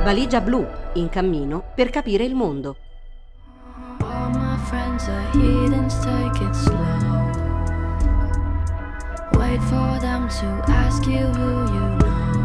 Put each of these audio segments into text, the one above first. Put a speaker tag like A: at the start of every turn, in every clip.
A: Valigia blu, in cammino per capire il mondo.
B: All my friends are heathens, take it slow. Wait for them to ask you who you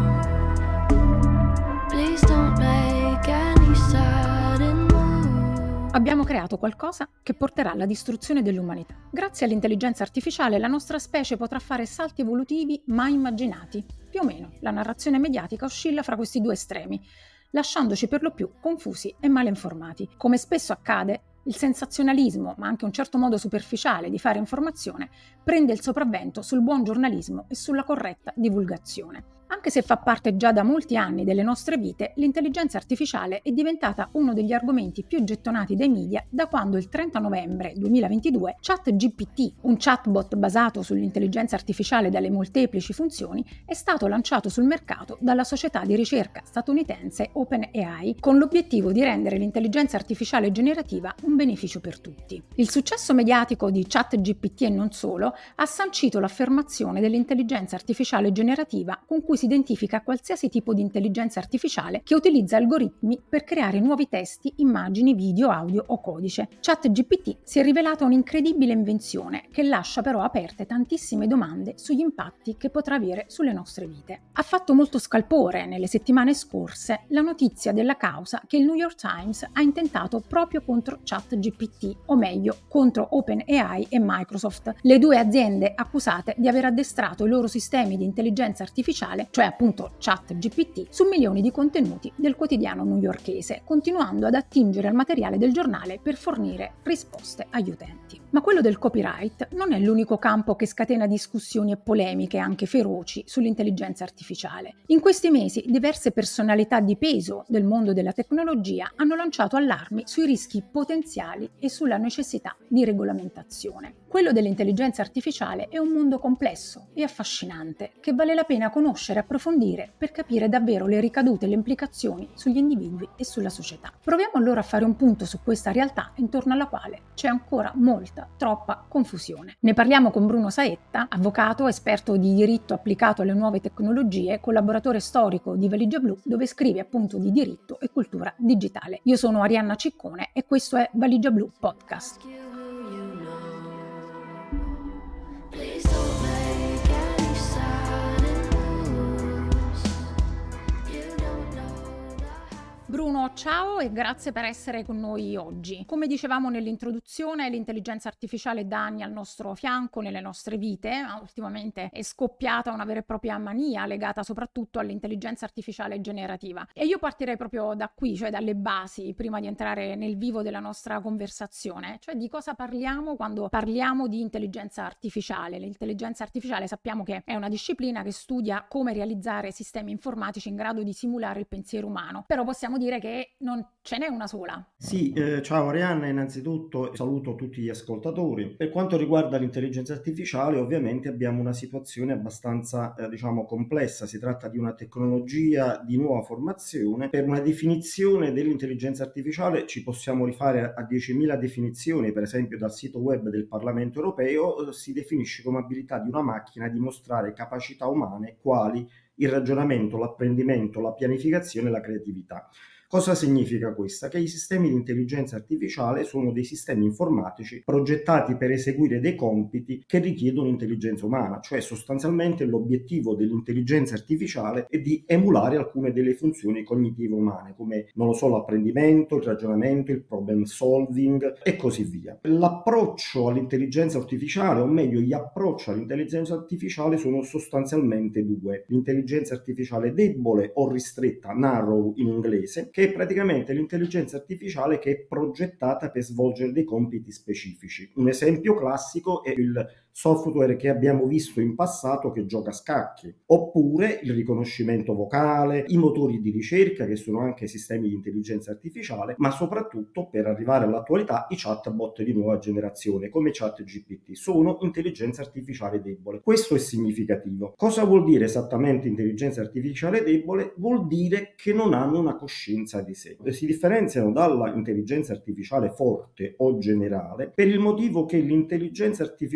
B: know. Please don't make any sudden move.
C: Abbiamo creato qualcosa che porterà alla distruzione dell'umanità. Grazie all'intelligenza artificiale la nostra specie potrà fare salti evolutivi mai immaginati. Più o meno, la narrazione mediatica oscilla fra questi due estremi, lasciandoci per lo più confusi e male informati. Come spesso accade, il sensazionalismo, ma anche un certo modo superficiale di fare informazione, prende il sopravvento sul buon giornalismo e sulla corretta divulgazione. Anche se fa parte già da molti anni delle nostre vite, l'intelligenza artificiale è diventata uno degli argomenti più gettonati dai media da quando il 30 novembre 2022 ChatGPT, un chatbot basato sull'intelligenza artificiale dalle molteplici funzioni, è stato lanciato sul mercato dalla società di ricerca statunitense OpenAI con l'obiettivo di rendere l'intelligenza artificiale generativa un beneficio per tutti. Il successo mediatico di ChatGPT e non solo ha sancito l'affermazione dell'intelligenza artificiale generativa con cui si identifica qualsiasi tipo di intelligenza artificiale che utilizza algoritmi per creare nuovi testi, immagini, video, audio o codice. ChatGPT si è rivelata un'incredibile invenzione che lascia però aperte tantissime domande sugli impatti che potrà avere sulle nostre vite. Ha fatto molto scalpore nelle settimane scorse la notizia della causa che il New York Times ha intentato proprio contro ChatGPT, o meglio contro OpenAI e Microsoft, le due aziende accusate di aver addestrato i loro sistemi di intelligenza artificiale, cioè appunto ChatGPT, su milioni di contenuti del quotidiano newyorkese, continuando ad attingere al materiale del giornale per fornire risposte agli utenti. Ma quello del copyright non è l'unico campo che scatena discussioni e polemiche anche feroci sull'intelligenza artificiale. In questi mesi diverse personalità di peso del mondo della tecnologia hanno lanciato allarmi sui rischi potenziali e sulla necessità di regolamentazione. Quello dell'intelligenza artificiale è un mondo complesso e affascinante che vale la pena conoscere e approfondire per capire davvero le ricadute e le implicazioni sugli individui e sulla società. Proviamo allora a fare un punto su questa realtà intorno alla quale c'è ancora molta, troppa confusione. Ne parliamo con Bruno Saetta, avvocato, esperto di diritto applicato alle nuove tecnologie, collaboratore storico di Valigia Blu, dove scrive appunto di diritto e cultura digitale. Io sono Arianna Ciccone e questo è Valigia Blu Podcast. Bruno, ciao e grazie per essere con noi oggi. Come dicevamo nell'introduzione, l'intelligenza artificiale da anni al nostro fianco, nelle nostre vite. Ultimamente è scoppiata una vera e propria mania legata soprattutto all'intelligenza artificiale generativa. E io partirei proprio da qui, cioè dalle basi, prima di entrare nel vivo della nostra conversazione. Cioè di cosa parliamo quando parliamo di intelligenza artificiale. L'intelligenza artificiale sappiamo che è una disciplina che studia come realizzare sistemi informatici in grado di simulare il pensiero umano. Però possiamo dire che non ce n'è una sola.
D: Sì, ciao Arianna, innanzitutto saluto tutti gli ascoltatori. Per quanto riguarda l'intelligenza artificiale, ovviamente abbiamo una situazione abbastanza, complessa. Si tratta di una tecnologia di nuova formazione. Per una definizione dell'intelligenza artificiale ci possiamo rifare a 10.000 definizioni, per esempio dal sito web del Parlamento europeo, si definisce come abilità di una macchina di mostrare capacità umane quali il ragionamento, l'apprendimento, la pianificazione e la creatività. Cosa significa questa? Che i sistemi di intelligenza artificiale sono dei sistemi informatici progettati per eseguire dei compiti che richiedono intelligenza umana, cioè sostanzialmente l'obiettivo dell'intelligenza artificiale è di emulare alcune delle funzioni cognitive umane, come, l'apprendimento, il ragionamento, il problem solving e così via. L'approccio all'intelligenza artificiale, o meglio gli approcci all'intelligenza artificiale sono sostanzialmente due: l'intelligenza artificiale debole o ristretta, narrow in inglese, che è praticamente l'intelligenza artificiale che è progettata per svolgere dei compiti specifici. Un esempio classico è il software che abbiamo visto in passato che gioca a scacchi, oppure il riconoscimento vocale, i motori di ricerca che sono anche sistemi di intelligenza artificiale, ma soprattutto, per arrivare all'attualità, i chatbot di nuova generazione come ChatGPT sono intelligenza artificiale debole. Questo è significativo. Cosa vuol dire esattamente intelligenza artificiale debole? Vuol dire che non hanno una coscienza di sé. Si differenziano dalla intelligenza artificiale forte o generale per il motivo che l'intelligenza artificiale generale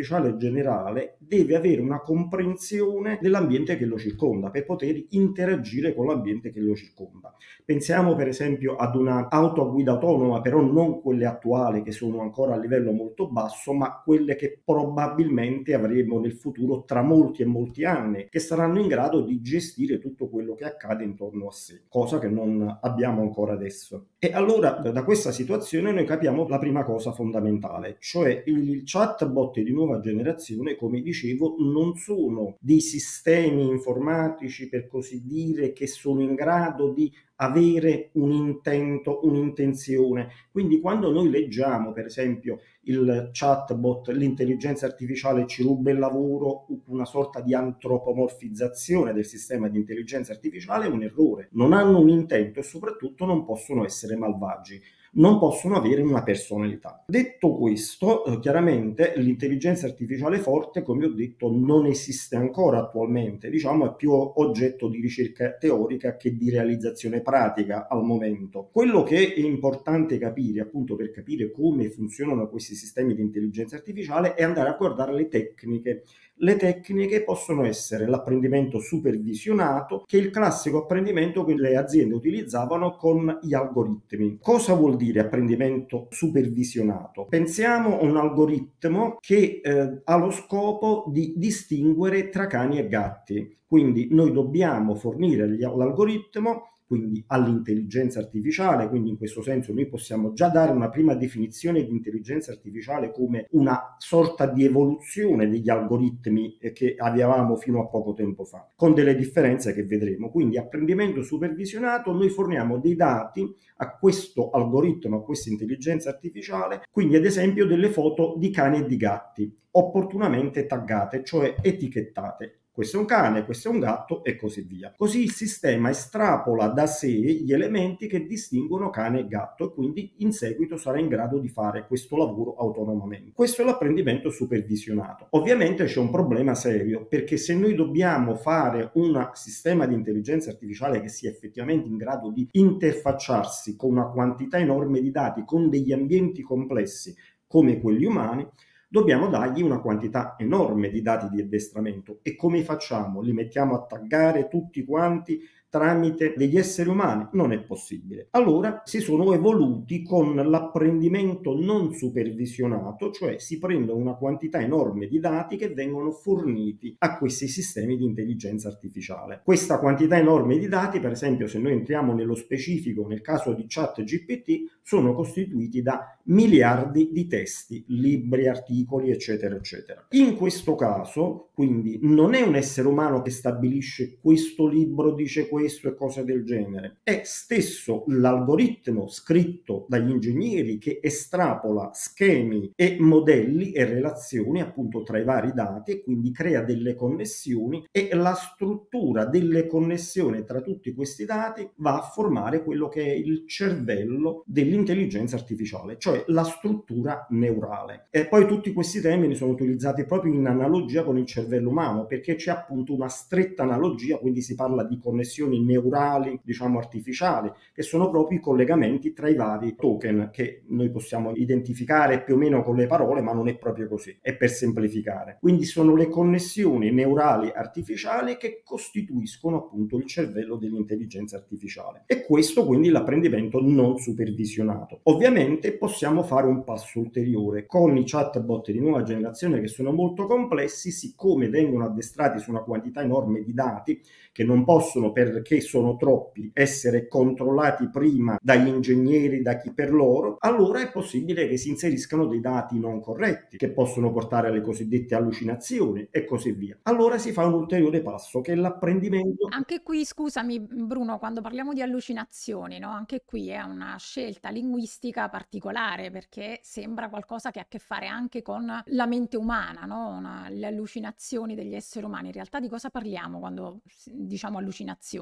D: generale deve avere una comprensione dell'ambiente che lo circonda per poter interagire con l'ambiente che lo circonda. Pensiamo per esempio ad una auto a guida autonoma, però non quelle attuali che sono ancora a livello molto basso, ma quelle che probabilmente avremo nel futuro tra molti e molti anni, che saranno in grado di gestire tutto quello che accade intorno a sé, cosa che non abbiamo ancora adesso. E allora da questa situazione noi capiamo la prima cosa fondamentale, cioè il chatbot di nuova generazione, come dicevo, non sono dei sistemi informatici, per così dire, che sono in grado di avere un intento, un'intenzione. Quindi quando noi leggiamo, per esempio, il chatbot, l'intelligenza artificiale ci ruba il lavoro, una sorta di antropomorfizzazione del sistema di intelligenza artificiale, è un errore. Non hanno un intento e soprattutto non possono essere malvagi, non possono avere una personalità. Detto questo, chiaramente l'intelligenza artificiale forte, come ho detto, non esiste ancora attualmente, diciamo è più oggetto di ricerca teorica che di realizzazione pratica al momento. Quello che è importante capire, appunto per capire come funzionano questi sistemi di intelligenza artificiale, è andare a guardare le tecniche. Le tecniche possono essere l'apprendimento supervisionato, che è il classico apprendimento che le aziende utilizzavano con gli algoritmi. Cosa vuol dire apprendimento supervisionato? Pensiamo a un algoritmo che ha lo scopo di distinguere tra cani e gatti. Quindi noi dobbiamo fornire all'algoritmo, quindi all'intelligenza artificiale, quindi in questo senso noi possiamo già dare una prima definizione di intelligenza artificiale come una sorta di evoluzione degli algoritmi che avevamo fino a poco tempo fa, con delle differenze che vedremo. Quindi apprendimento supervisionato, noi forniamo dei dati a questo algoritmo, a questa intelligenza artificiale, quindi ad esempio delle foto di cani e di gatti, opportunamente taggate, cioè etichettate. Questo è un cane, questo è un gatto e così via. Così il sistema estrapola da sé gli elementi che distinguono cane e gatto e quindi in seguito sarà in grado di fare questo lavoro autonomamente. Questo è l'apprendimento supervisionato. Ovviamente c'è un problema serio, perché se noi dobbiamo fare un sistema di intelligenza artificiale che sia effettivamente in grado di interfacciarsi con una quantità enorme di dati, con degli ambienti complessi come quelli umani, dobbiamo dargli una quantità enorme di dati di addestramento. E come facciamo? Li mettiamo a taggare tutti quanti tramite degli esseri umani? Non è possibile. Allora si sono evoluti con l'apprendimento non supervisionato, cioè si prendono una quantità enorme di dati che vengono forniti a questi sistemi di intelligenza artificiale. Questa quantità enorme di dati, per esempio, se noi entriamo nello specifico nel caso di ChatGPT, sono costituiti da miliardi di testi, libri, articoli, eccetera, eccetera. In questo caso, quindi, non è un essere umano che stabilisce questo libro dice questo e cose del genere, è stesso l'algoritmo scritto dagli ingegneri che estrapola schemi e modelli e relazioni appunto tra i vari dati e quindi crea delle connessioni, e la struttura delle connessioni tra tutti questi dati va a formare quello che è il cervello dell'intelligenza artificiale, cioè la struttura neurale. E poi tutti questi termini sono utilizzati proprio in analogia con il cervello umano, perché c'è appunto una stretta analogia, quindi si parla di connessioni neurali, diciamo artificiali, che sono proprio i collegamenti tra i vari token che noi possiamo identificare più o meno con le parole, ma non è proprio così, è per semplificare. Quindi sono le connessioni neurali artificiali che costituiscono appunto il cervello dell'intelligenza artificiale. E questo quindi l'apprendimento non supervisionato. Ovviamente possiamo fare un passo ulteriore con i chatbot di nuova generazione che sono molto complessi, siccome vengono addestrati su una quantità enorme di dati che non possono, perché sono troppi, essere controllati prima dagli ingegneri, da chi per loro, allora è possibile che si inseriscano dei dati non corretti che possono portare alle cosiddette allucinazioni e così via. Allora si fa un ulteriore passo che è l'apprendimento.
C: Anche qui, scusami Bruno, quando parliamo di allucinazioni, no? Anche qui è una scelta linguistica particolare perché sembra qualcosa che ha a che fare anche con la mente umana, no? Le allucinazioni degli esseri umani. In realtà di cosa parliamo quando diciamo allucinazioni?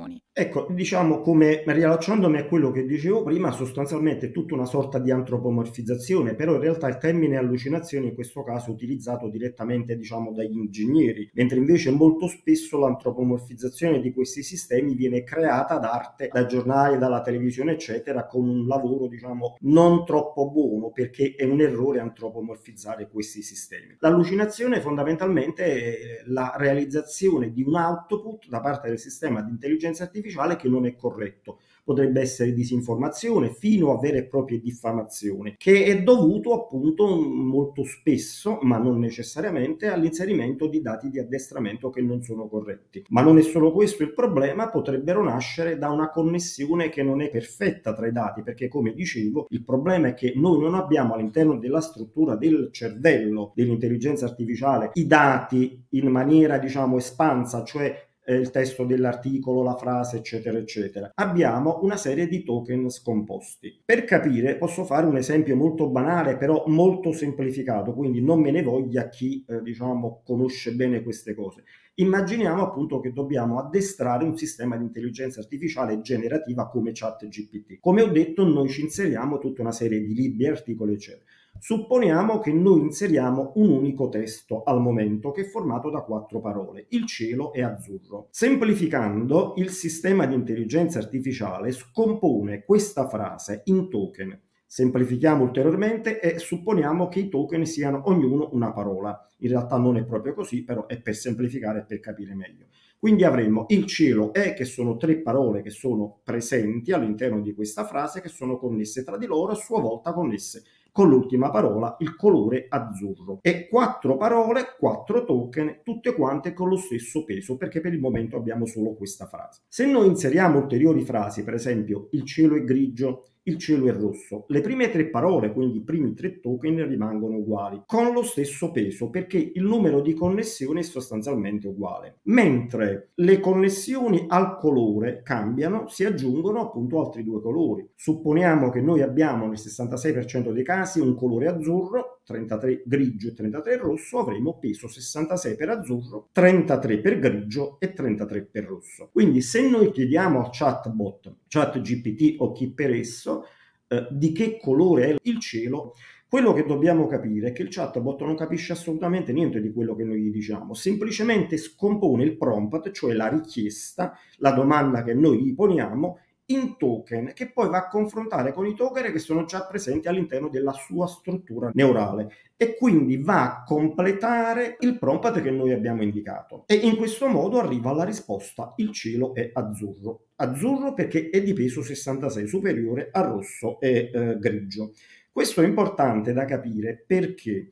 C: allucinazioni.
D: Ecco, diciamo, come riallacciandomi a quello che dicevo prima, sostanzialmente è tutta una sorta di antropomorfizzazione, però in realtà il termine allucinazione in questo caso è utilizzato direttamente, diciamo, dagli ingegneri, mentre invece molto spesso l'antropomorfizzazione di questi sistemi viene creata da arte, dai giornali, dalla televisione, eccetera, con un lavoro, diciamo, non troppo buono, perché è un errore antropomorfizzare questi sistemi. L'allucinazione fondamentalmente è la realizzazione di un output da parte del sistema di intelligenza artificiale che non è corretto. Potrebbe essere disinformazione fino a vere e proprie diffamazioni, che è dovuto appunto molto spesso, ma non necessariamente, all'inserimento di dati di addestramento che non sono corretti. Ma non è solo questo il problema, potrebbero nascere da una connessione che non è perfetta tra i dati, perché come dicevo, il problema è che noi non abbiamo all'interno della struttura del cervello dell'intelligenza artificiale i dati in maniera, diciamo, espansa, cioè il testo dell'articolo, la frase, eccetera, eccetera. Abbiamo una serie di token scomposti. Per capire, posso fare un esempio molto banale, però molto semplificato, quindi non me ne voglia chi, diciamo, conosce bene queste cose. Immaginiamo appunto che dobbiamo addestrare un sistema di intelligenza artificiale generativa come ChatGPT. Come ho detto, noi ci inseriamo tutta una serie di libri, articoli, eccetera. Supponiamo che noi inseriamo un unico testo al momento che è formato da 4 parole: il cielo è azzurro. Semplificando, il sistema di intelligenza artificiale scompone questa frase in token. Semplifichiamo ulteriormente e supponiamo che i token siano ognuno una parola. In realtà non è proprio così, però è per semplificare e per capire meglio. Quindi avremo il cielo è, che sono 3 parole che sono presenti all'interno di questa frase, che sono connesse tra di loro, a sua volta connesse con l'ultima parola, il colore azzurro. E 4 parole, 4 token, tutte quante con lo stesso peso, perché per il momento abbiamo solo questa frase. Se noi inseriamo ulteriori frasi, per esempio il cielo è grigio, il cielo è rosso, le prime 3 parole, quindi i primi 3 token, rimangono uguali, con lo stesso peso, perché il numero di connessioni è sostanzialmente uguale. Mentre le connessioni al colore cambiano, si aggiungono appunto altri 2 colori. Supponiamo che noi abbiamo nel 66% dei casi un colore azzurro, 33 grigio e 33 rosso, avremo peso 66 per azzurro, 33 per grigio e 33 per rosso. Quindi se noi chiediamo al chatbot, ChatGPT o chi per esso, di che colore è il cielo, quello che dobbiamo capire è che il chatbot non capisce assolutamente niente di quello che noi gli diciamo, semplicemente scompone il prompt, cioè la richiesta, la domanda che noi gli poniamo, in token, che poi va a confrontare con i token che sono già presenti all'interno della sua struttura neurale e quindi va a completare il prompt che noi abbiamo indicato. E in questo modo arriva alla risposta: il cielo è azzurro. Azzurro perché è di peso 66, superiore a rosso e grigio. Questo è importante da capire perché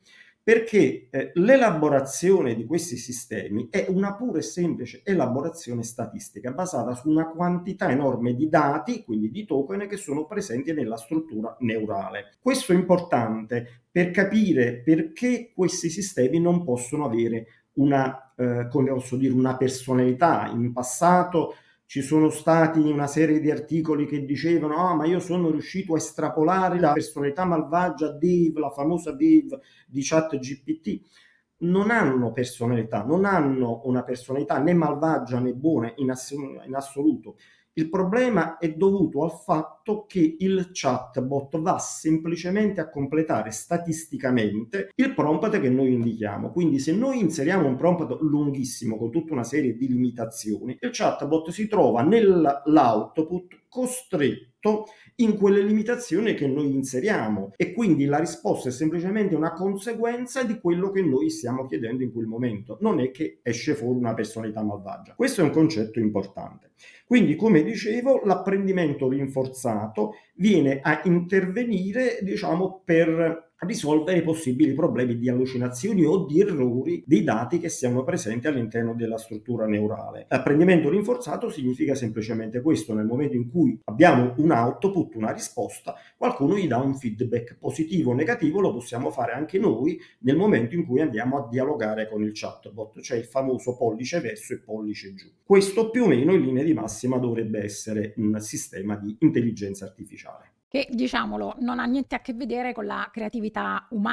D: l'elaborazione di questi sistemi è una pura e semplice elaborazione statistica basata su una quantità enorme di dati, quindi di token, che sono presenti nella struttura neurale. Questo è importante per capire perché questi sistemi non possono avere come posso dire, una personalità. In passato ci sono stati una serie di articoli che dicevano: ma io sono riuscito a estrapolare la personalità malvagia Dave, la famosa Dave di ChatGPT. Non hanno personalità, non hanno una personalità né malvagia né buona in assoluto. Il problema è dovuto al fatto che il chatbot va semplicemente a completare statisticamente il prompt che noi indichiamo. Quindi se noi inseriamo un prompt lunghissimo con tutta una serie di limitazioni, il chatbot si trova nell'output costretto in quelle limitazioni che noi inseriamo e quindi la risposta è semplicemente una conseguenza di quello che noi stiamo chiedendo in quel momento. Non è che esce fuori una personalità malvagia. Questo è un concetto importante. Quindi, come dicevo, l'apprendimento rinforzato viene a intervenire, diciamo, per risolvere i possibili problemi di allucinazioni o di errori dei dati che siano presenti all'interno della struttura neurale. L'apprendimento rinforzato significa semplicemente questo: nel momento in cui abbiamo un output, una risposta, qualcuno gli dà un feedback positivo o negativo, lo possiamo fare anche noi nel momento in cui andiamo a dialogare con il chatbot, cioè il famoso pollice verso e pollice giù. Questo più o meno in linea di massima dovrebbe essere un sistema di intelligenza artificiale.
C: Che, diciamolo, non ha niente a che vedere con la creatività umana,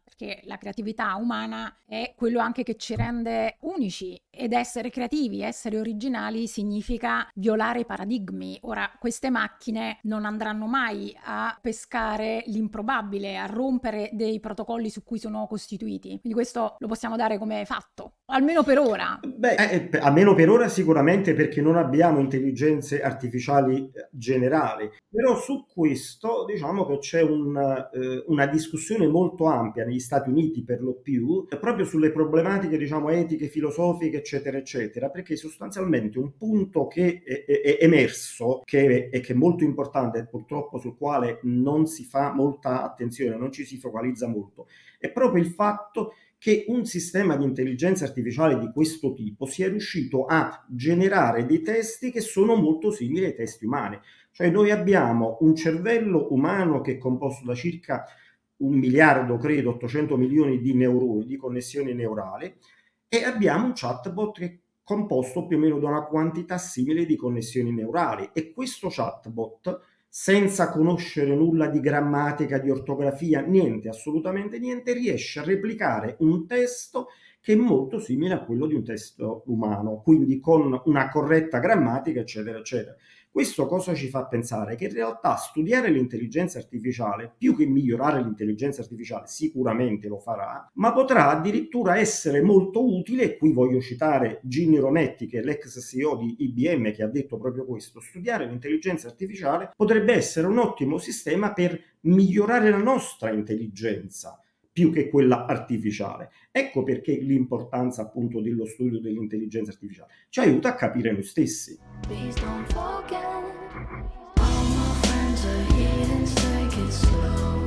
C: perché la creatività umana è quello anche che ci rende unici, ed essere creativi, essere originali significa violare i paradigmi. Ora, queste macchine non andranno mai a pescare l'improbabile, a rompere dei protocolli su cui sono costituiti. Quindi questo lo possiamo dare come fatto, almeno per ora.
D: Almeno per ora sicuramente, perché non abbiamo intelligenze artificiali generali, però su questo diciamo che c'è una discussione molto ampia negli Stati Uniti per lo più, proprio sulle problematiche diciamo etiche, filosofiche, eccetera, eccetera, perché sostanzialmente un punto che è emerso, che è molto importante e purtroppo sul quale non si fa molta attenzione, non ci si focalizza molto, è proprio il fatto che un sistema di intelligenza artificiale di questo tipo sia riuscito a generare dei testi che sono molto simili ai testi umani. Cioè noi abbiamo un cervello umano che è composto da circa 1 miliardo, credo, 800 milioni di neuroni, di connessioni neurali, e abbiamo un chatbot che è composto più o meno da una quantità simile di connessioni neurali, e questo chatbot, senza conoscere nulla di grammatica, di ortografia, niente, assolutamente niente, riesce a replicare un testo che è molto simile a quello di un testo umano, quindi con una corretta grammatica, eccetera, eccetera. Questo cosa ci fa pensare? Che in realtà studiare l'intelligenza artificiale, più che migliorare l'intelligenza artificiale, sicuramente lo farà, ma potrà addirittura essere molto utile, e qui voglio citare Ginny Rometty, che è l'ex CEO di IBM, che ha detto proprio questo: studiare l'intelligenza artificiale potrebbe essere un ottimo sistema per migliorare la nostra intelligenza, più che quella artificiale. Ecco perché l'importanza appunto dello studio dell'intelligenza artificiale ci aiuta a capire noi stessi.
B: Please don't forget, all my friends are heathens, take it slow.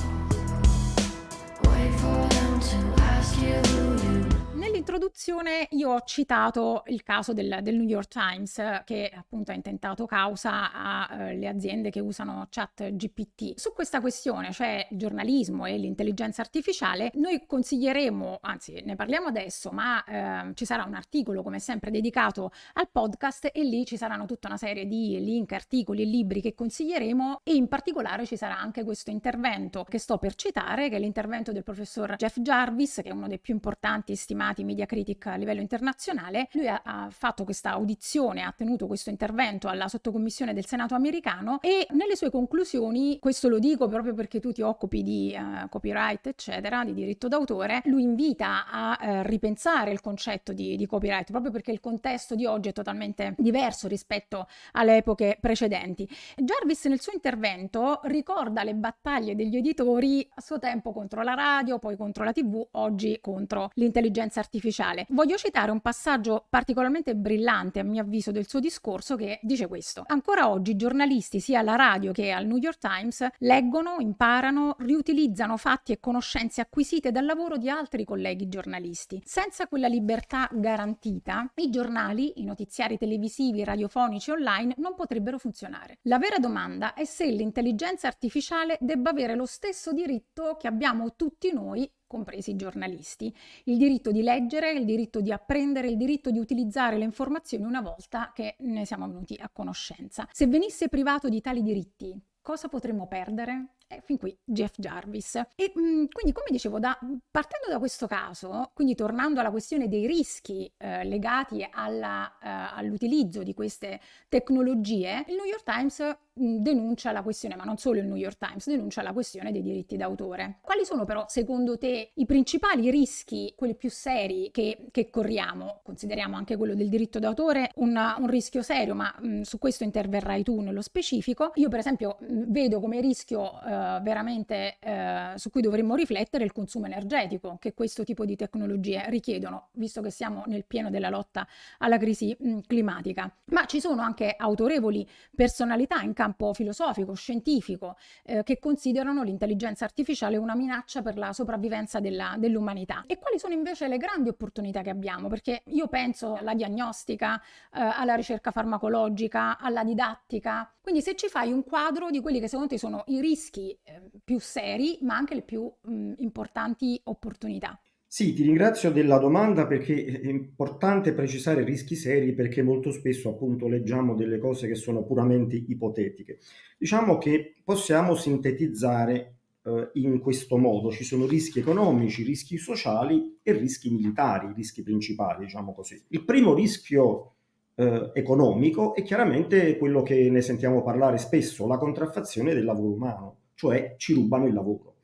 B: Wait for them to ask you who you know.
C: Nell'introduzione io ho citato il caso del New York Times, che appunto ha intentato causa alle aziende che usano ChatGPT. Su questa questione, cioè il giornalismo e l'intelligenza artificiale, noi consiglieremo, anzi ne parliamo adesso, ma ci sarà un articolo come sempre dedicato al podcast, e lì ci saranno tutta una serie di link, articoli e libri che consiglieremo, e in particolare ci sarà anche questo intervento che sto per citare, che è l'intervento del professor Jeff Jarvis, che è uno dei più importanti e stimati media critic a livello internazionale. Lui ha fatto questa audizione, ha tenuto questo intervento alla sottocommissione del Senato americano, e nelle sue conclusioni, questo lo dico proprio perché tu ti occupi di copyright eccetera, di diritto d'autore, lui invita a ripensare il concetto di copyright, proprio perché il contesto di oggi è totalmente diverso rispetto alle epoche precedenti. Jarvis nel suo intervento ricorda le battaglie degli editori a suo tempo contro la radio, poi contro la TV, oggi contro l'intelligenza artificiale. Voglio citare un passaggio particolarmente brillante, a mio avviso, del suo discorso, che dice questo: ancora oggi i giornalisti, sia alla radio che al New York Times, leggono, imparano, riutilizzano fatti e conoscenze acquisite dal lavoro di altri colleghi giornalisti. Senza quella libertà garantita, i giornali, i notiziari televisivi, radiofonici e online non potrebbero funzionare. La vera domanda è se l'intelligenza artificiale debba avere lo stesso diritto che abbiamo tutti noi, compresi i giornalisti: il diritto di leggere, il diritto di apprendere, il diritto di utilizzare le informazioni una volta che ne siamo venuti a conoscenza. Se venisse privato di tali diritti, cosa potremmo perdere? Fin qui Jeff Jarvis. E quindi, come dicevo, partendo da questo caso, quindi tornando alla questione dei rischi legati all'utilizzo di queste tecnologie, il New York Times denuncia la questione, ma non solo il New York Times, denuncia la questione dei diritti d'autore. Quali sono però, secondo te, i principali rischi, quelli più seri che corriamo? Consideriamo anche quello del diritto d'autore un rischio serio, ma su questo interverrai tu nello specifico. Io per esempio vedo come rischio veramente su cui dovremmo riflettere il consumo energetico che questo tipo di tecnologie richiedono, visto che siamo nel pieno della lotta alla crisi climatica. Ma ci sono anche autorevoli personalità in campo filosofico, scientifico, che considerano l'intelligenza artificiale una minaccia per la sopravvivenza dell'umanità. E quali sono invece le grandi opportunità che abbiamo? Perché io penso alla diagnostica, alla ricerca farmacologica, alla didattica. Quindi se ci fai un quadro di quelli che secondo te sono i rischi più seri, ma anche le più importanti opportunità.
D: Sì, ti ringrazio della domanda, perché è importante precisare rischi seri, perché molto spesso appunto leggiamo delle cose che sono puramente ipotetiche. Diciamo che possiamo sintetizzare in questo modo. Ci sono rischi economici, rischi sociali e rischi militari, i rischi principali, diciamo così. Il primo rischio economico è chiaramente quello che ne sentiamo parlare spesso, la contraffazione del lavoro umano, cioè ci rubano il lavoro.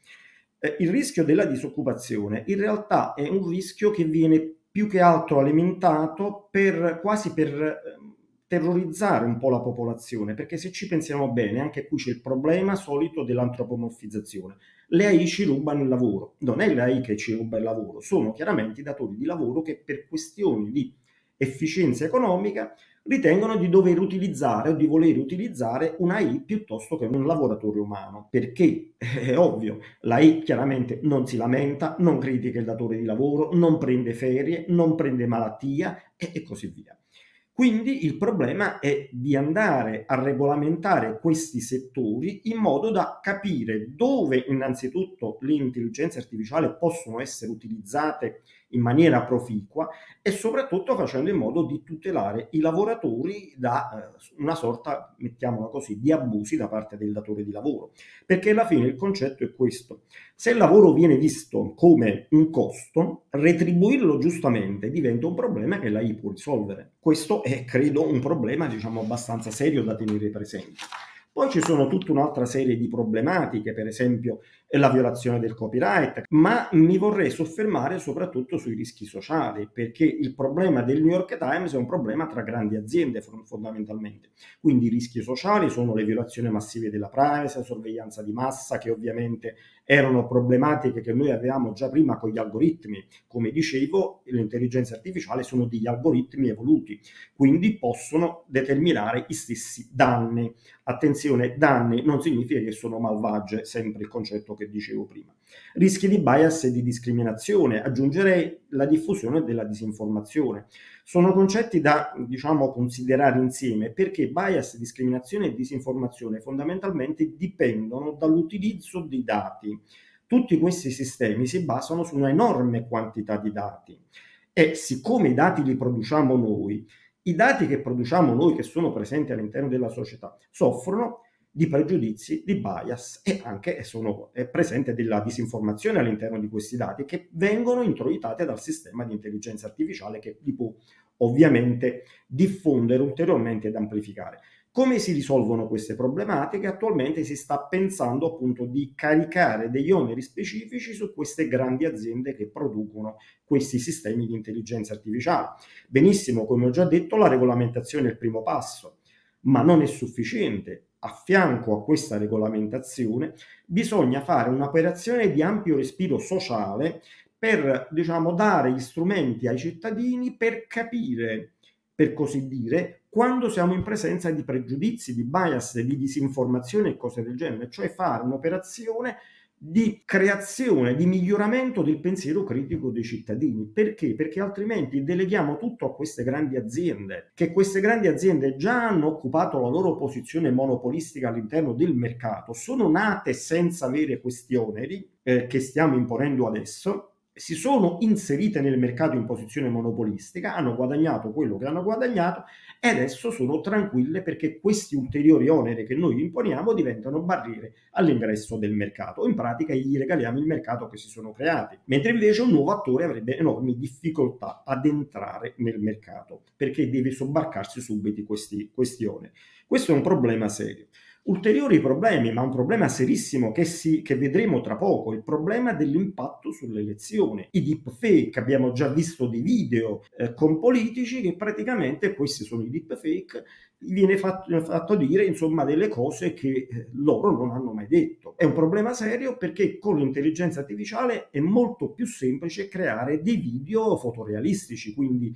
D: Il rischio della disoccupazione in realtà è un rischio che viene più che altro alimentato quasi per terrorizzare un po' la popolazione, perché se ci pensiamo bene, anche qui c'è il problema solito dell'antropomorfizzazione. Le AI ci rubano il lavoro, non è l'AI che ci ruba il lavoro, sono chiaramente i datori di lavoro che per questioni di efficienza economica ritengono di dover utilizzare o di voler utilizzare un'AI piuttosto che un lavoratore umano, perché è ovvio, l'AI chiaramente non si lamenta, non critica il datore di lavoro, non prende ferie, non prende malattia e così via. Quindi il problema è di andare a regolamentare questi settori in modo da capire dove innanzitutto le intelligenze artificiali possono essere utilizzate in maniera proficua e soprattutto facendo in modo di tutelare i lavoratori da una sorta, mettiamola così, di abusi da parte del datore di lavoro. Perché alla fine il concetto è questo: se il lavoro viene visto come un costo, retribuirlo giustamente diventa un problema che l'AI può risolvere. Questo è, credo, un problema, diciamo, abbastanza serio da tenere presente. Poi ci sono tutta un'altra serie di problematiche, per esempio la violazione del copyright, ma mi vorrei soffermare soprattutto sui rischi sociali, perché il problema del New York Times è un problema tra grandi aziende fondamentalmente. Quindi i rischi sociali sono le violazioni massive della privacy, la sorveglianza di massa, che ovviamente erano problematiche che noi avevamo già prima con gli algoritmi. Come dicevo, le intelligenze artificiali sono degli algoritmi evoluti, quindi possono determinare gli stessi danni. Attenzione, danni non significa che sono malvagie, sempre il concetto che dicevo prima. Rischi di bias e di discriminazione, aggiungerei la diffusione della disinformazione. Sono concetti da, diciamo, considerare insieme, perché bias, discriminazione e disinformazione fondamentalmente dipendono dall'utilizzo dei dati. Tutti questi sistemi si basano su una enorme quantità di dati e siccome i dati li produciamo noi, i dati che produciamo noi, che sono presenti all'interno della società, soffrono di pregiudizi, di bias e anche è presente della disinformazione all'interno di questi dati che vengono introitate dal sistema di intelligenza artificiale che li può ovviamente diffondere ulteriormente ed amplificare. Come si risolvono queste problematiche? Attualmente si sta pensando appunto di caricare degli oneri specifici su queste grandi aziende che producono questi sistemi di intelligenza artificiale. Benissimo, come ho già detto, la regolamentazione è il primo passo, ma non è sufficiente. A fianco a questa regolamentazione bisogna fare un'operazione di ampio respiro sociale per, diciamo, dare gli strumenti ai cittadini per capire, per così dire, quando siamo in presenza di pregiudizi, di bias, di disinformazione e cose del genere, cioè fare un'operazione di creazione, di miglioramento del pensiero critico dei cittadini. Perché? Perché altrimenti deleghiamo tutto a queste grandi aziende, che queste grandi aziende già hanno occupato la loro posizione monopolistica all'interno del mercato, sono nate senza avere questi oneri che stiamo imponendo adesso, si sono inserite nel mercato in posizione monopolistica, hanno guadagnato quello che hanno guadagnato e adesso sono tranquille perché questi ulteriori oneri che noi imponiamo diventano barriere all'ingresso del mercato. In pratica gli regaliamo il mercato che si sono creati, mentre invece un nuovo attore avrebbe enormi difficoltà ad entrare nel mercato perché deve sobbarcarsi subito questi oneri. Questo è un problema serio. Ulteriori problemi, ma un problema serissimo che vedremo tra poco, il problema dell'impatto sulle elezioni. I deepfake, abbiamo già visto dei video con politici che praticamente, questi sono i deepfake, viene fatto dire insomma delle cose che loro non hanno mai detto. È un problema serio perché con l'intelligenza artificiale è molto più semplice creare dei video fotorealistici, quindi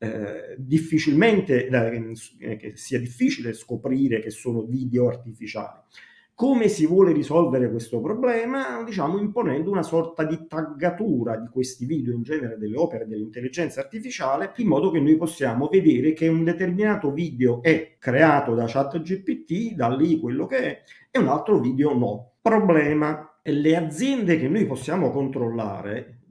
D: difficilmente che sia difficile scoprire che sono video artificiali. Come si vuole risolvere questo problema? Diciamo imponendo una sorta di taggatura di questi video, in genere delle opere dell'intelligenza artificiale, in modo che noi possiamo vedere che un determinato video è creato da ChatGPT, da lì quello che è, e un altro video no. Problema: le aziende che noi possiamo controllare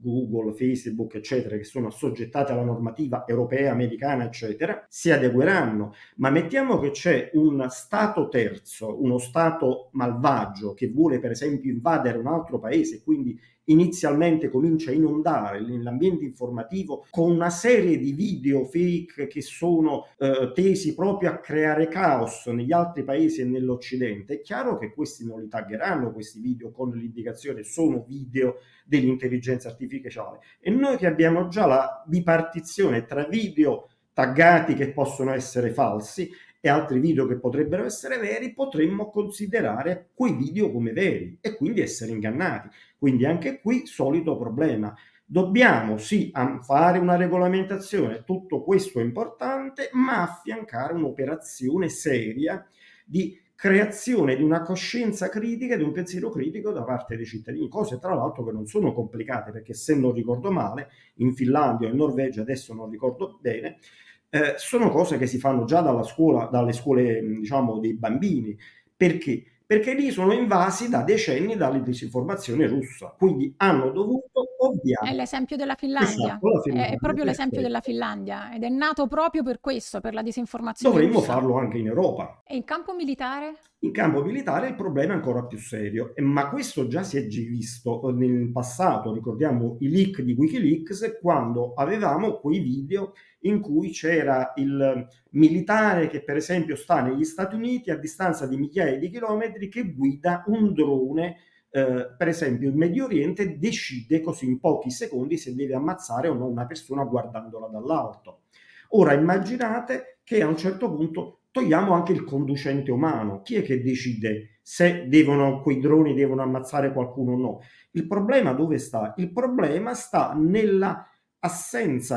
D: Google, Facebook, eccetera, che sono assoggettati alla normativa europea, americana, eccetera, si adegueranno. Ma mettiamo che c'è un stato terzo, uno stato malvagio che vuole per esempio invadere un altro paese, quindi inizialmente comincia a inondare l'ambiente informativo con una serie di video fake che sono tesi proprio a creare caos negli altri paesi e nell'Occidente. È chiaro che questi non li taggeranno, questi video, con l'indicazione sono video dell'intelligenza artificiale, e noi che abbiamo già la bipartizione tra video taggati che possono essere falsi e altri video che potrebbero essere veri, potremmo considerare quei video come veri e quindi essere ingannati. Quindi anche qui solito problema. Dobbiamo sì fare una regolamentazione, tutto questo è importante, ma affiancare un'operazione seria di creazione di una coscienza critica e di un pensiero critico da parte dei cittadini, cose tra l'altro che non sono complicate, perché se non ricordo male, in Finlandia o in Norvegia, adesso non ricordo bene, sono cose che si fanno già dalla scuola, dalle scuole, diciamo, dei bambini. Perché? Perché lì sono invasi da decenni dalla disinformazione russa, quindi hanno dovuto
C: È
D: ovviare.
C: l'esempio della Finlandia,
D: Esatto, la
C: è
D: Finlandia,
C: proprio l'esempio della
D: perfetto.
C: Finlandia ed è nato proprio per questo, per la disinformazione
D: Dovremmo
C: russa.
D: farlo anche in Europa.
C: E in campo militare?
D: In campo militare il problema è ancora più serio, ma questo già si è visto nel passato. Ricordiamo i leak di Wikileaks, quando avevamo quei video in cui c'era il militare che per esempio sta negli Stati Uniti a distanza di migliaia di chilometri, che guida un drone, per esempio in Medio Oriente, decide così in pochi secondi se deve ammazzare o no una persona guardandola dall'alto. Ora immaginate che a un certo punto togliamo anche il conducente umano. Chi è che decide se quei droni devono ammazzare qualcuno o no? Il problema dove sta? Il problema sta nella assenza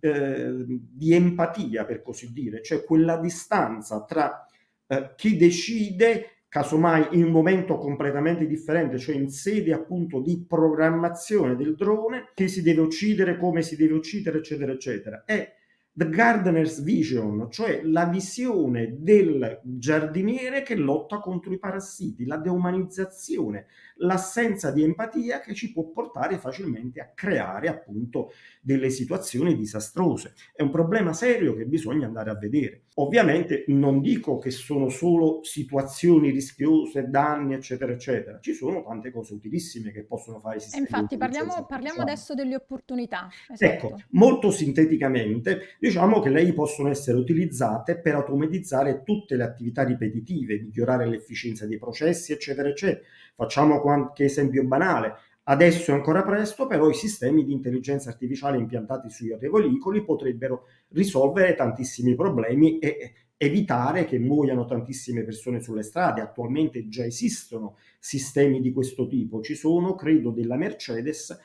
D: di empatia, per così dire, cioè quella distanza tra chi decide, casomai in un momento completamente differente, cioè in sede appunto di programmazione del drone, chi si deve uccidere, come si deve uccidere, eccetera, eccetera. È The Gardener's Vision, cioè la visione del giardiniere che lotta contro i parassiti, la deumanizzazione, l'assenza di empatia che ci può portare facilmente a creare appunto delle situazioni disastrose. È un problema serio che bisogna andare a vedere. Ovviamente non dico che sono solo situazioni rischiose, danni, eccetera, eccetera. Ci sono tante cose utilissime che possono fare i
C: E
D: sistemi di
C: infatti
D: intelligenza
C: parliamo
D: artificiale.
C: adesso delle opportunità,
D: Ecco,
C: esatto.
D: molto sinteticamente, diciamo che lei possono essere utilizzate per automatizzare tutte le attività ripetitive, migliorare l'efficienza dei processi, eccetera, eccetera. Facciamo qualche esempio banale. Adesso è ancora presto, però i sistemi di intelligenza artificiale impiantati sugli autoveicoli potrebbero risolvere tantissimi problemi e evitare che muoiano tantissime persone sulle strade. Attualmente già esistono sistemi di questo tipo. Ci sono, credo, della Mercedes,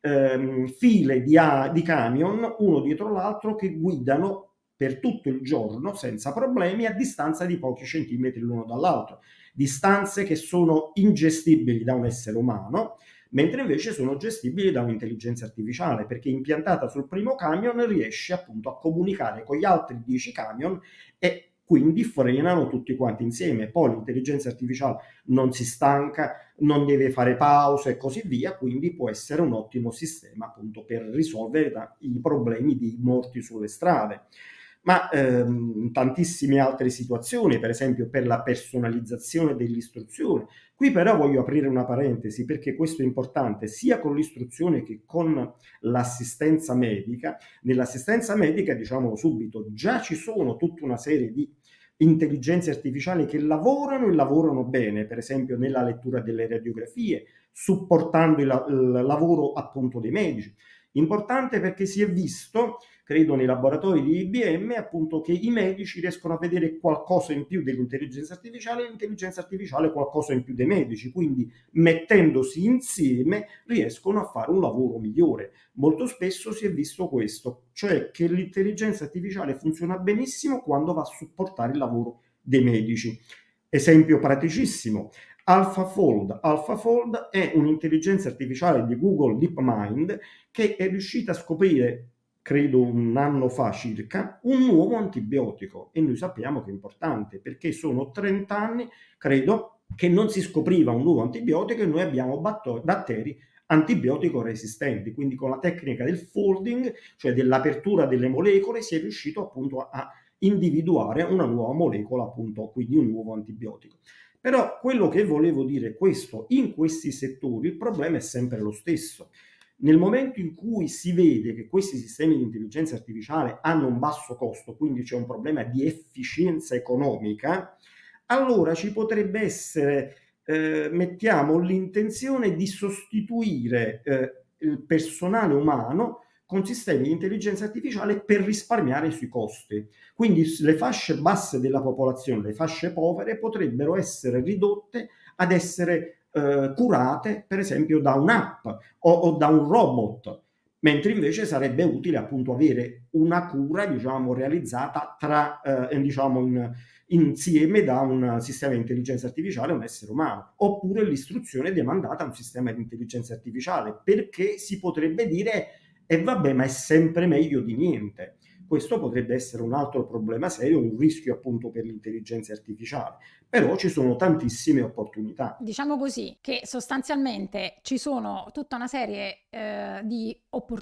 D: file di camion uno dietro l'altro che guidano per tutto il giorno senza problemi a distanza di pochi centimetri l'uno dall'altro, distanze che sono ingestibili da un essere umano, mentre invece sono gestibili da un'intelligenza artificiale, perché impiantata sul primo camion riesce appunto a comunicare con gli altri 10 camion e quindi frenano tutti quanti insieme. Poi l'intelligenza artificiale non si stanca, non deve fare pause e così via, quindi può essere un ottimo sistema appunto per risolvere i problemi di morti sulle strade. Ma tantissime altre situazioni, per esempio per la personalizzazione dell'istruzione. Qui però voglio aprire una parentesi, perché questo è importante sia con l'istruzione che con l'assistenza medica. Nell'assistenza medica, diciamolo subito, già ci sono tutta una serie di intelligenze artificiali che lavorano e lavorano bene, per esempio nella lettura delle radiografie, supportando il lavoro appunto dei medici. Importante perché si è visto, credo nei laboratori di IBM, appunto, che i medici riescono a vedere qualcosa in più dell'intelligenza artificiale e l'intelligenza artificiale qualcosa in più dei medici, quindi mettendosi insieme riescono a fare un lavoro migliore. Molto spesso si è visto questo, cioè che l'intelligenza artificiale funziona benissimo quando va a supportare il lavoro dei medici. Esempio praticissimo: AlphaFold. AlphaFold è un'intelligenza artificiale di Google DeepMind che è riuscita a scoprire, credo un anno fa circa, un nuovo antibiotico, e noi sappiamo che è importante perché sono 30 anni, credo, che non si scopriva un nuovo antibiotico e noi abbiamo batteri antibiotico resistenti. Quindi con la tecnica del folding, cioè dell'apertura delle molecole, si è riuscito appunto a individuare una nuova molecola, appunto, quindi un nuovo antibiotico. Però quello che volevo dire è questo: in questi settori il problema è sempre lo stesso. Nel momento in cui si vede che questi sistemi di intelligenza artificiale hanno un basso costo, quindi c'è un problema di efficienza economica, allora ci potrebbe essere, mettiamo, l'intenzione di sostituire il personale umano con sistemi di intelligenza artificiale per risparmiare sui costi. Quindi le fasce basse della popolazione, le fasce povere, potrebbero essere ridotte ad essere curate per esempio da un'app o da un robot, mentre invece sarebbe utile appunto avere una cura, diciamo, realizzata insieme da un sistema di intelligenza artificiale e un essere umano, oppure l'istruzione demandata a un sistema di intelligenza artificiale, perché si potrebbe dire e vabbè, ma è sempre meglio di niente. Questo potrebbe essere un altro problema serio, un rischio appunto per l'intelligenza artificiale, però ci sono tantissime opportunità.
C: Diciamo così che sostanzialmente ci sono tutta una serie di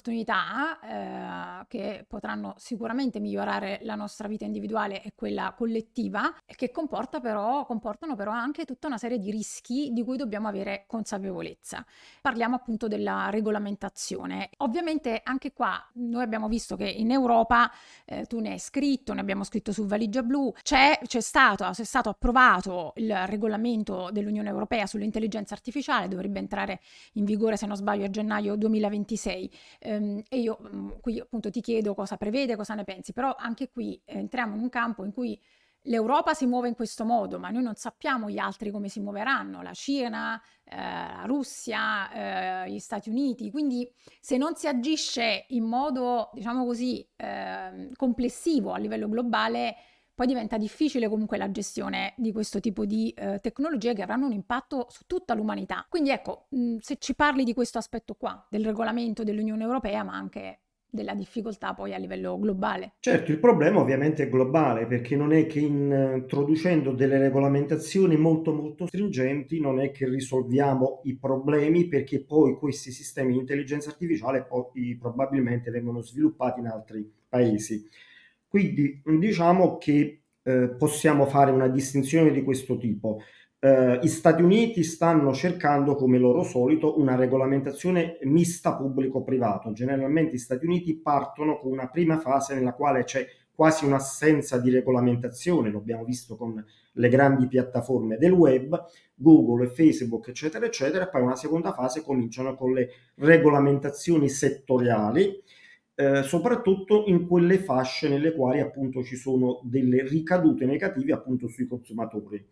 C: opportunità che potranno sicuramente migliorare la nostra vita individuale e quella collettiva, e che comportano però anche tutta una serie di rischi di cui dobbiamo avere consapevolezza. Parliamo appunto della regolamentazione. Ovviamente anche qua noi abbiamo visto che in Europa, tu ne hai scritto, ne abbiamo scritto su Valigia Blu, è stato approvato il regolamento dell'Unione Europea sull'intelligenza artificiale, dovrebbe entrare in vigore, se non sbaglio, a gennaio 2026. E io qui appunto ti chiedo cosa prevede, cosa ne pensi, però anche qui entriamo in un campo in cui l'Europa si muove in questo modo, ma noi non sappiamo gli altri come si muoveranno, la Cina, la Russia, gli Stati Uniti. Quindi se non si agisce in modo, diciamo così, complessivo a livello globale, poi diventa difficile comunque la gestione di questo tipo di tecnologie che avranno un impatto su tutta l'umanità. Quindi ecco, se ci parli di questo aspetto qua, del regolamento dell'Unione Europea, ma anche della difficoltà poi a livello globale.
D: Certo, il problema ovviamente è globale, perché non è che introducendo delle regolamentazioni molto molto stringenti non è che risolviamo i problemi, perché poi questi sistemi di intelligenza artificiale poi probabilmente vengono sviluppati in altri paesi. Quindi diciamo che possiamo fare una distinzione di questo tipo. Gli Stati Uniti stanno cercando, come loro solito, una regolamentazione mista pubblico-privato. Generalmente gli Stati Uniti partono con una prima fase nella quale c'è quasi un'assenza di regolamentazione, lo abbiamo visto con le grandi piattaforme del web, Google e Facebook, eccetera, eccetera, poi una seconda fase cominciano con le regolamentazioni settoriali, soprattutto in quelle fasce nelle quali appunto ci sono delle ricadute negative appunto sui consumatori.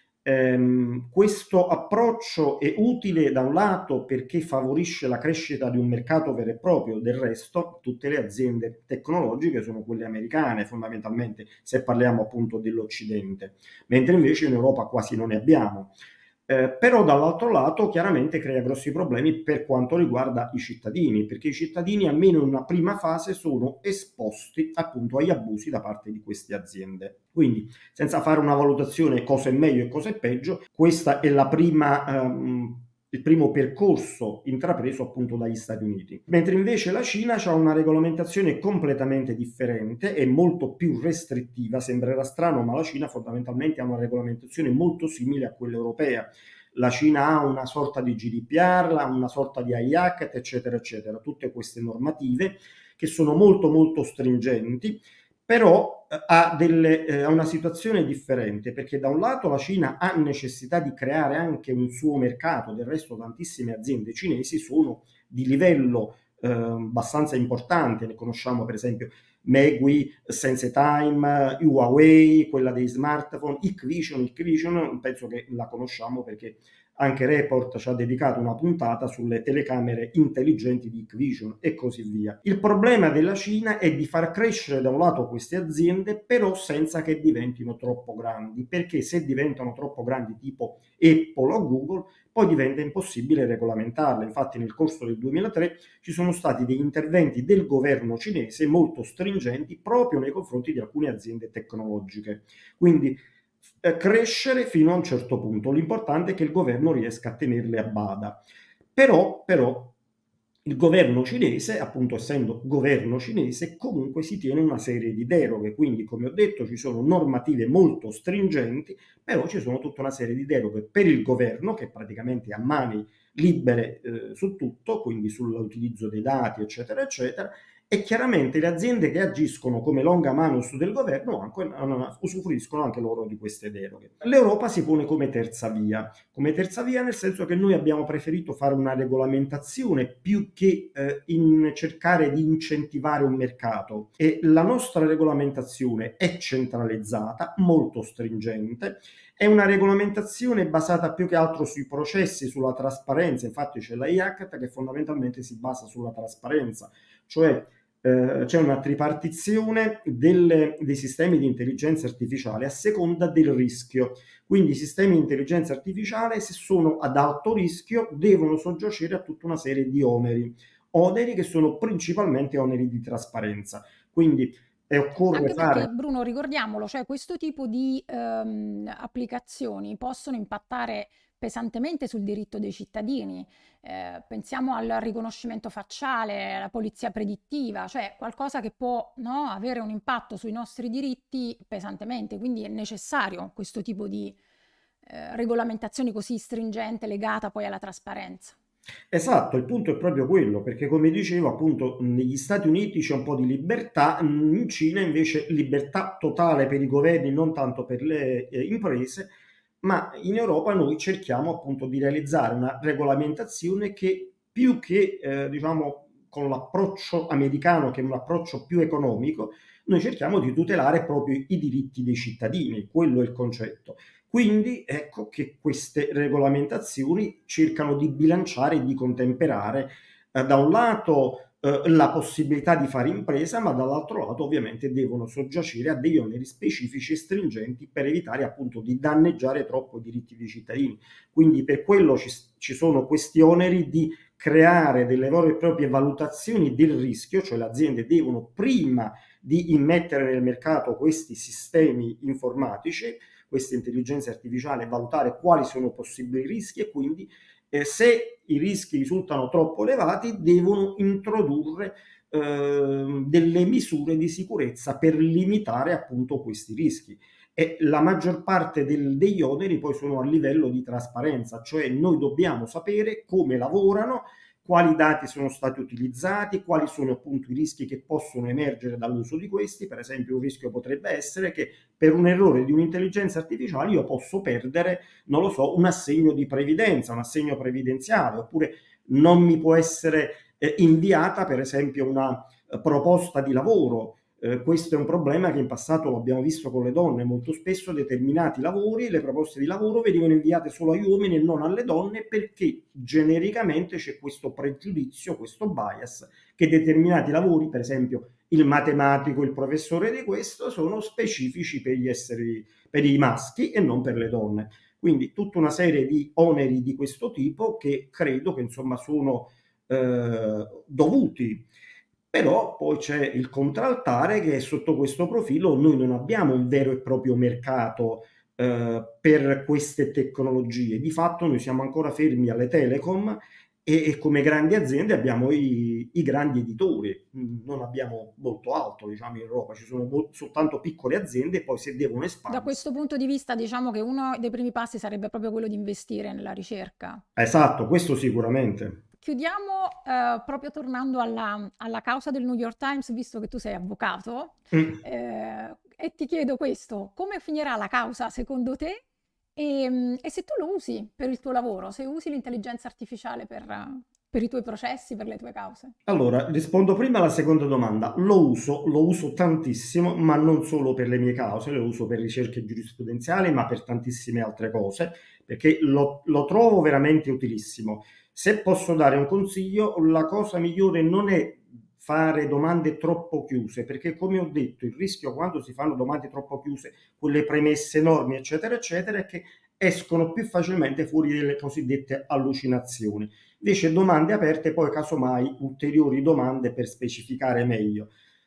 D: Questo approccio è utile da un lato perché favorisce la crescita di un mercato vero e proprio, del resto tutte le aziende tecnologiche sono quelle americane fondamentalmente, se parliamo appunto dell'Occidente, mentre invece in Europa quasi non ne abbiamo. Però dall'altro lato chiaramente crea grossi problemi per quanto riguarda i cittadini, perché i cittadini almeno in una prima fase sono esposti appunto agli abusi da parte di queste aziende. Quindi, senza fare una valutazione cosa è meglio e cosa è peggio, questa è il primo percorso intrapreso appunto dagli Stati Uniti. Mentre invece la Cina ha una regolamentazione completamente differente e molto più restrittiva. Sembrerà strano, ma la Cina fondamentalmente ha una regolamentazione molto simile a quella europea. La Cina ha una sorta di GDPR, ha una sorta di AI Act, eccetera, eccetera. Tutte queste normative che sono molto, molto stringenti, però ha una situazione differente, perché da un lato la Cina ha necessità di creare anche un suo mercato, del resto tantissime aziende cinesi sono di livello abbastanza importante, ne conosciamo per esempio Megui, SenseTime, Huawei, quella dei smartphone, Hikvision, penso che la conosciamo perché anche Report ci ha dedicato una puntata sulle telecamere intelligenti di Hikvision e così via. Il problema della Cina è di far crescere da un lato queste aziende, però senza che diventino troppo grandi, perché se diventano troppo grandi tipo Apple o Google, poi diventa impossibile regolamentarle. Infatti nel corso del 2003 ci sono stati degli interventi del governo cinese molto stringenti proprio nei confronti di alcune aziende tecnologiche. Quindi crescere fino a un certo punto, l'importante è che il governo riesca a tenerle a bada. Però il governo cinese, appunto essendo governo cinese, comunque si tiene una serie di deroghe, quindi come ho detto ci sono normative molto stringenti, però ci sono tutta una serie di deroghe per il governo che praticamente ha mani libere su tutto, quindi sull'utilizzo dei dati, eccetera, eccetera, e chiaramente le aziende che agiscono come longa manus del governo usufruiscono anche loro di queste deroghe. L'Europa si pone come terza via nel senso che noi abbiamo preferito fare una regolamentazione più che in cercare di incentivare un mercato, e la nostra regolamentazione è centralizzata, molto stringente. È una regolamentazione basata più che altro sui processi, sulla trasparenza. Infatti c'è la IACT che fondamentalmente si basa sulla trasparenza, cioè c'è una tripartizione dei sistemi di intelligenza artificiale a seconda del rischio. Quindi i sistemi di intelligenza artificiale, se sono ad alto rischio, devono soggiacere a tutta una serie di oneri che sono principalmente oneri di trasparenza. Quindi occorre
C: Anche perché,
D: fare...
C: Bruno, ricordiamolo, cioè questo tipo di applicazioni possono impattare pesantemente sul diritto dei cittadini. Pensiamo al riconoscimento facciale, alla polizia predittiva, cioè qualcosa che può, no, avere un impatto sui nostri diritti pesantemente, quindi è necessario questo tipo di regolamentazioni così stringente legata poi alla trasparenza.
D: Esatto, il punto è proprio quello, perché come dicevo, appunto, negli Stati Uniti c'è un po' di libertà, in Cina invece libertà totale per i governi, non tanto per le imprese, ma in Europa noi cerchiamo appunto di realizzare una regolamentazione che più che, diciamo, con l'approccio americano, che è un approccio più economico, noi cerchiamo di tutelare proprio i diritti dei cittadini, quello è il concetto. Quindi ecco che queste regolamentazioni cercano di bilanciare e di contemperare da un lato la possibilità di fare impresa, ma dall'altro lato ovviamente devono soggiacere a degli oneri specifici e stringenti per evitare appunto di danneggiare troppo i diritti dei cittadini. Quindi per quello ci sono questi oneri di creare delle vere e proprie valutazioni del rischio, cioè le aziende devono prima di immettere nel mercato questi sistemi informatici, questa intelligenza artificiale, valutare quali sono possibili rischi e quindi se i rischi risultano troppo elevati devono introdurre delle misure di sicurezza per limitare appunto questi rischi. E la maggior parte degli oneri poi sono a livello di trasparenza, cioè noi dobbiamo sapere come lavorano, quali dati sono stati utilizzati, quali sono appunto i rischi che possono emergere dall'uso di questi. Per esempio un rischio potrebbe essere che per un errore di un'intelligenza artificiale io posso perdere, non lo so, un assegno di previdenza, un assegno previdenziale, oppure non mi può essere inviata per esempio una proposta di lavoro. Questo è un problema che in passato lo abbiamo visto con le donne, molto spesso determinati lavori, le proposte di lavoro venivano inviate solo agli uomini e non alle donne perché genericamente c'è questo pregiudizio, questo bias, che determinati lavori, per esempio il matematico, il professore di questo, sono specifici per i maschi e non per le donne. Quindi tutta una serie di oneri di questo tipo che credo che insomma sono dovuti. Però poi c'è il contraltare che sotto questo profilo noi non abbiamo un vero e proprio mercato per queste tecnologie. Di fatto noi siamo ancora fermi alle telecom e come grandi aziende abbiamo i grandi editori, non abbiamo molto altro, diciamo, in Europa, ci sono soltanto piccole aziende e poi se devono
C: Da
D: espandersi.
C: questo punto di vista, diciamo che uno dei primi passi sarebbe proprio quello di investire nella ricerca.
D: Esatto, questo sicuramente.
C: Chiudiamo proprio tornando alla causa del New York Times, visto che tu sei avvocato,
D: Mm.
C: e ti chiedo questo: come finirà la causa secondo te? E se tu lo usi per il tuo lavoro, se usi l'intelligenza artificiale per i tuoi processi, per le tue cause.
D: Allora, rispondo prima alla seconda domanda. Lo uso tantissimo, ma non solo per le mie cause, lo uso per ricerche giurisprudenziali, ma per tantissime altre cose, perché lo trovo veramente utilissimo. Se posso dare un consiglio, la cosa migliore non è fare domande troppo chiuse, perché come ho detto, il rischio quando si fanno domande troppo chiuse, quelle premesse enormi, eccetera, eccetera, è che escono più facilmente fuori delle cosiddette allucinazioni. Invece domande aperte, poi casomai ulteriori domande per specificare meglio.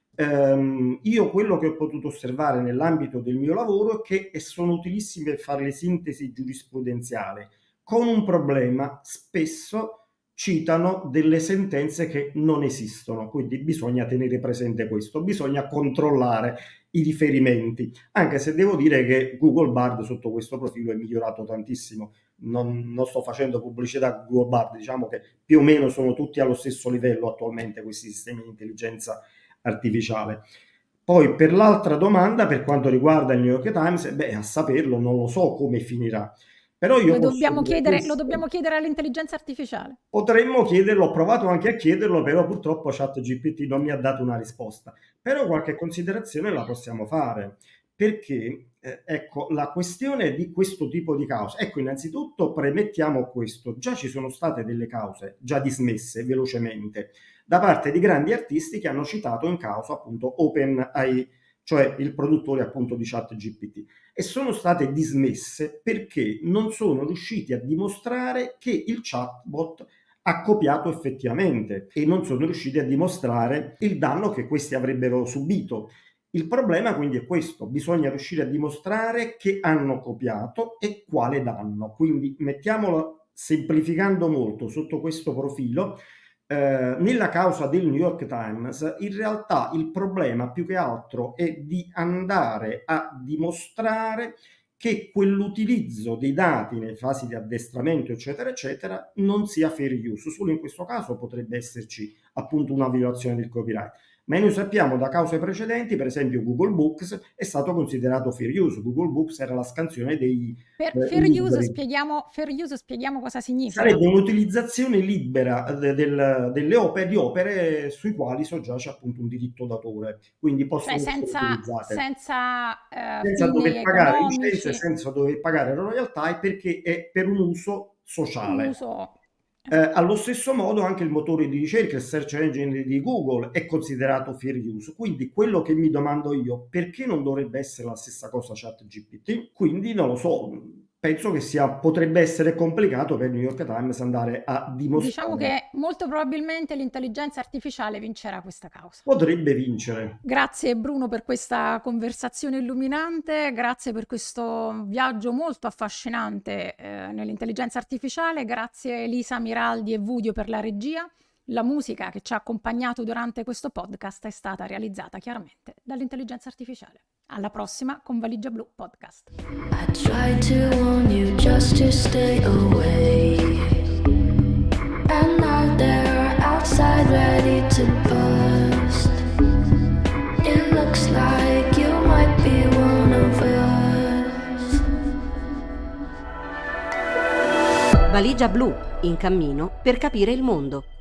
D: Io quello che ho potuto osservare nell'ambito del mio lavoro è che sono utilissime per fare le sintesi giurisprudenziali, con un problema spesso citano delle sentenze che non esistono, quindi bisogna tenere presente questo, bisogna controllare i riferimenti, anche se devo dire che Google Bard sotto questo profilo è migliorato tantissimo. Non sto facendo pubblicità a Google Bard, diciamo che più o meno sono tutti allo stesso livello attualmente questi sistemi di intelligenza artificiale. Poi per l'altra domanda, per quanto riguarda il New York Times, a saperlo non lo so come finirà. Però io
C: Lo
D: posso
C: dobbiamo
D: dire
C: chiedere, lo
D: questo.
C: dobbiamo chiedere all'intelligenza artificiale.
D: Potremmo chiederlo, ho provato anche a chiederlo, però purtroppo ChatGPT non mi ha dato una risposta. Però qualche considerazione la possiamo fare, perché ecco, la questione di questo tipo di cause, ecco, innanzitutto premettiamo questo, già ci sono state delle cause già dismesse velocemente da parte di grandi artisti che hanno citato in causa appunto OpenAI, cioè il produttore appunto di ChatGPT, e sono state dismesse perché non sono riusciti a dimostrare che il chatbot ha copiato effettivamente e non sono riusciti a dimostrare il danno che questi avrebbero subito. Il problema quindi è questo, bisogna riuscire a dimostrare che hanno copiato e quale danno. Quindi mettiamolo semplificando molto sotto questo profilo. Nella causa del New York Times, in realtà il problema più che altro è di andare a dimostrare che quell'utilizzo dei dati nelle fasi di addestramento, eccetera, eccetera, non sia fair use. Solo in questo caso potrebbe esserci appunto una violazione del copyright. Ma noi sappiamo da cause precedenti, per esempio Google Books è stato considerato fair use. Google Books era la scansione dei
C: Fair use,
D: libri.
C: spieghiamo cosa significa.
D: Sarebbe un'utilizzazione libera delle opere sui quali soggiace appunto un diritto d'autore, quindi possono
C: Cioè
D: essere utilizzate
C: senza
D: senza
C: fini
D: dover pagare
C: economici,
D: licenze, senza dover pagare royalty, perché è per un uso
C: un
D: sociale.
C: uso.
D: Allo stesso modo anche il motore di ricerca, il search engine di Google è considerato fair use, quindi quello che mi domando io, perché non dovrebbe essere la stessa cosa ChatGPT? Quindi non lo so, penso che potrebbe essere complicato per il New York Times andare a dimostrare.
C: Diciamo che molto probabilmente l'intelligenza artificiale vincerà questa causa.
D: Potrebbe vincere.
C: Grazie Bruno per questa conversazione illuminante, grazie per questo viaggio molto affascinante nell'intelligenza artificiale, grazie Elisa Miraldi e Vudio per la regia. La musica che ci ha accompagnato durante questo podcast è stata realizzata chiaramente dall'intelligenza artificiale. Alla prossima con Valigia Blu Podcast.
B: I tried to warn you just to stay away, and now they're outside ready to burst. It looks like you might be one of us.
A: Valigia Blu, in cammino per capire il mondo.